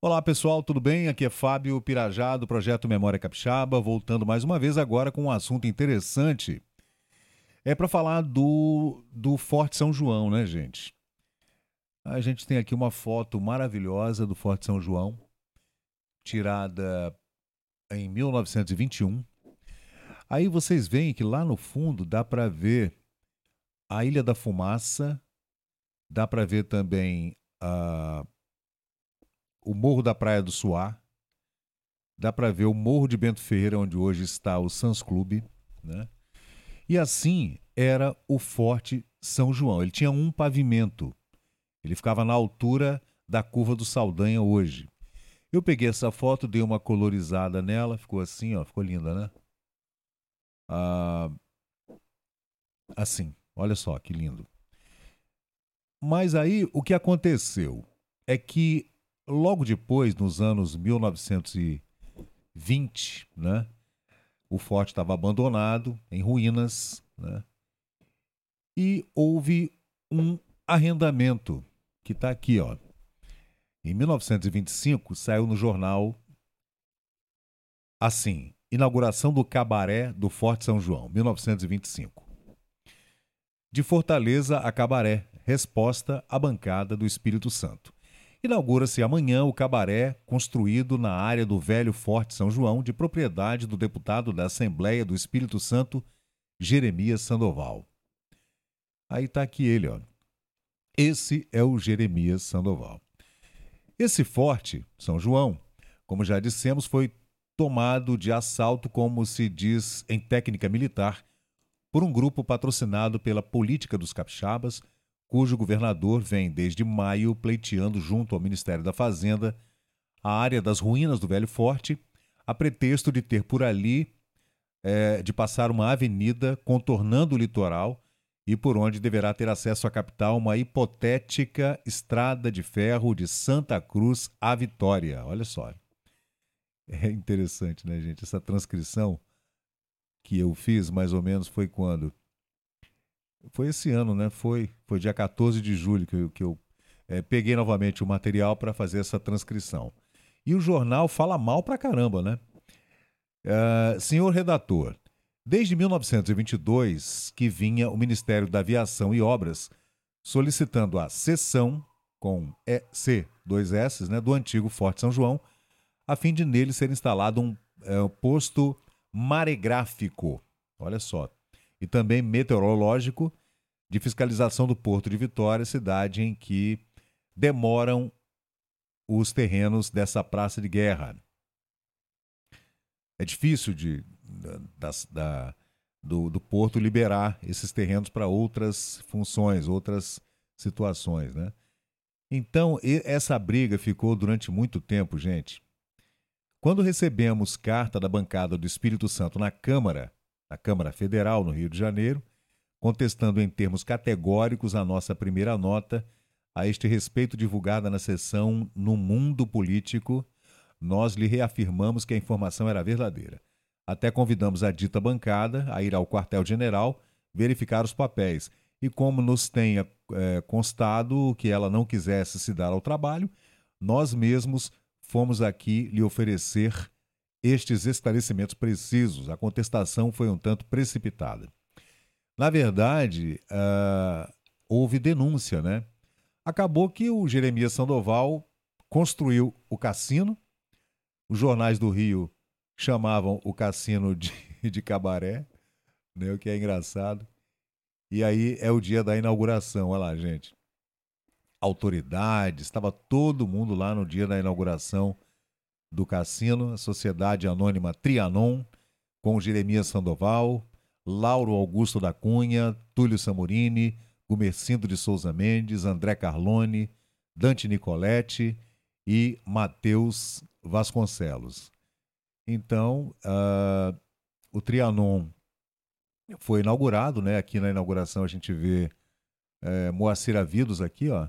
Olá pessoal, tudo bem? Aqui é Fábio Pirajá do Projeto Memória Capixaba, voltando mais uma vez agora com um assunto interessante. É para falar do Forte São João, né, gente? A gente tem aqui uma foto maravilhosa do Forte São João, tirada em 1921. Aí vocês veem que lá no fundo dá para ver a Ilha da Fumaça, dá para ver também o Morro da Praia do Suá, dá para ver o Morro de Bento Ferreira, onde hoje está o Sans Clube, né? E assim era o Forte São João. Ele tinha um pavimento. Ele ficava na altura da curva do Saldanha hoje. Eu peguei essa foto, dei uma colorizada nela, ficou assim, ó, ficou linda, né? Ah, assim, olha só que lindo. Mas aí o que aconteceu é que logo depois, nos anos 1920, né, o forte estava abandonado, em ruínas, né? E houve um arrendamento, que está aqui, ó. Em 1925, saiu no jornal assim: inauguração do cabaré do Forte São João, 1925. De Fortaleza a Cabaré, resposta à bancada do Espírito Santo. Inaugura-se amanhã o cabaré construído na área do velho Forte São João, de propriedade do deputado da Assembleia do Espírito Santo, Jeremias Sandoval. Aí está aqui ele, ó. Esse é o Jeremias Sandoval. Esse forte, São João, como já dissemos, foi tomado de assalto, como se diz em técnica militar, por um grupo patrocinado pela política dos capixabas, cujo governador vem desde maio pleiteando junto ao Ministério da Fazenda a área das ruínas do velho forte, a pretexto de ter por ali de passar uma avenida contornando o litoral e por onde deverá ter acesso à capital uma hipotética estrada de ferro de Santa Cruz à Vitória. Olha só. É interessante, né, gente? Essa transcrição que eu fiz, mais ou menos, foi quando? Foi esse ano, né? Foi dia 14 de julho que eu peguei novamente o material para fazer essa transcrição. E o jornal fala mal pra caramba, né? Senhor redator, desde 1922 que vinha o Ministério da Aviação e Obras solicitando a cessão, com C, dois S, né, do antigo Forte São João, a fim de nele ser instalado um posto maregráfico, olha só, e também meteorológico de fiscalização do Porto de Vitória, cidade em que demoram os terrenos dessa praça de guerra. É difícil do Porto liberar esses terrenos para outras funções, outras situações, né? Então, essa briga ficou durante muito tempo, gente. Quando recebemos carta da bancada do Espírito Santo na Câmara Federal, no Rio de Janeiro, contestando em termos categóricos a nossa primeira nota a este respeito divulgada na sessão No Mundo Político, nós lhe reafirmamos que a informação era verdadeira. Até convidamos a dita bancada a ir ao quartel-general verificar os papéis. E como nos tenha constado que ela não quisesse se dar ao trabalho, nós mesmos fomos aqui lhe oferecer estes esclarecimentos precisos. A contestação foi um tanto precipitada. Na verdade, houve denúncia, né? Acabou que o Jeremias Sandoval construiu o cassino. Os jornais do Rio chamavam o cassino de cabaré, né? O que é engraçado. E aí é o dia da inauguração, olha lá, gente. Autoridades, estava todo mundo lá no dia da inauguração do cassino, a Sociedade Anônima Trianon, com Jeremias Sandoval, Lauro Augusto da Cunha, Túlio Samurini, Gumercindo de Souza Mendes, André Carlone, Dante Nicoletti e Matheus Vasconcelos. Então, o Trianon foi inaugurado, né? Aqui na inauguração a gente vê Moacir Avidos aqui, ó.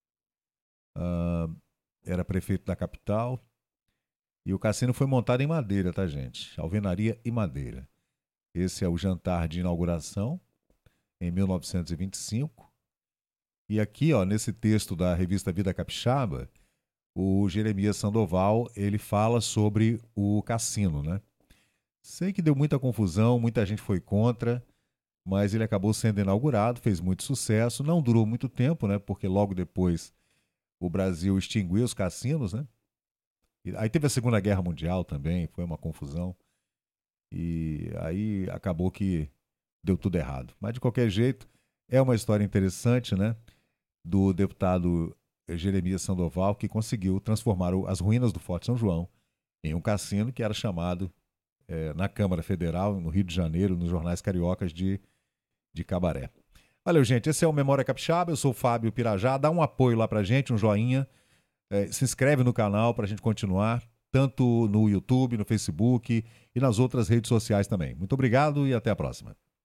Era prefeito da capital. E o cassino foi montado em madeira, tá, gente? Alvenaria e madeira. Esse é o jantar de inauguração, em 1925. E aqui, ó, nesse texto da revista Vida Capixaba, o Jeremias Sandoval, ele fala sobre o cassino, né? Sei que deu muita confusão, muita gente foi contra, mas ele acabou sendo inaugurado, fez muito sucesso, não durou muito tempo, né? Porque logo depois o Brasil extinguiu os cassinos, né? Aí teve a Segunda Guerra Mundial também, foi uma confusão. E aí acabou que deu tudo errado. Mas de qualquer jeito, é uma história interessante, né? Do deputado Jeremias Sandoval, que conseguiu transformar as ruínas do Forte São João em um cassino que era chamado na Câmara Federal, no Rio de Janeiro, nos jornais cariocas de Cabaré. Valeu, gente. Esse é o Memória Capixaba. Eu sou o Fábio Pirajá. Dá um apoio lá pra gente, um joinha. Se inscreve no canal pra gente continuar, tanto no YouTube, no Facebook e nas outras redes sociais também. Muito obrigado e até a próxima.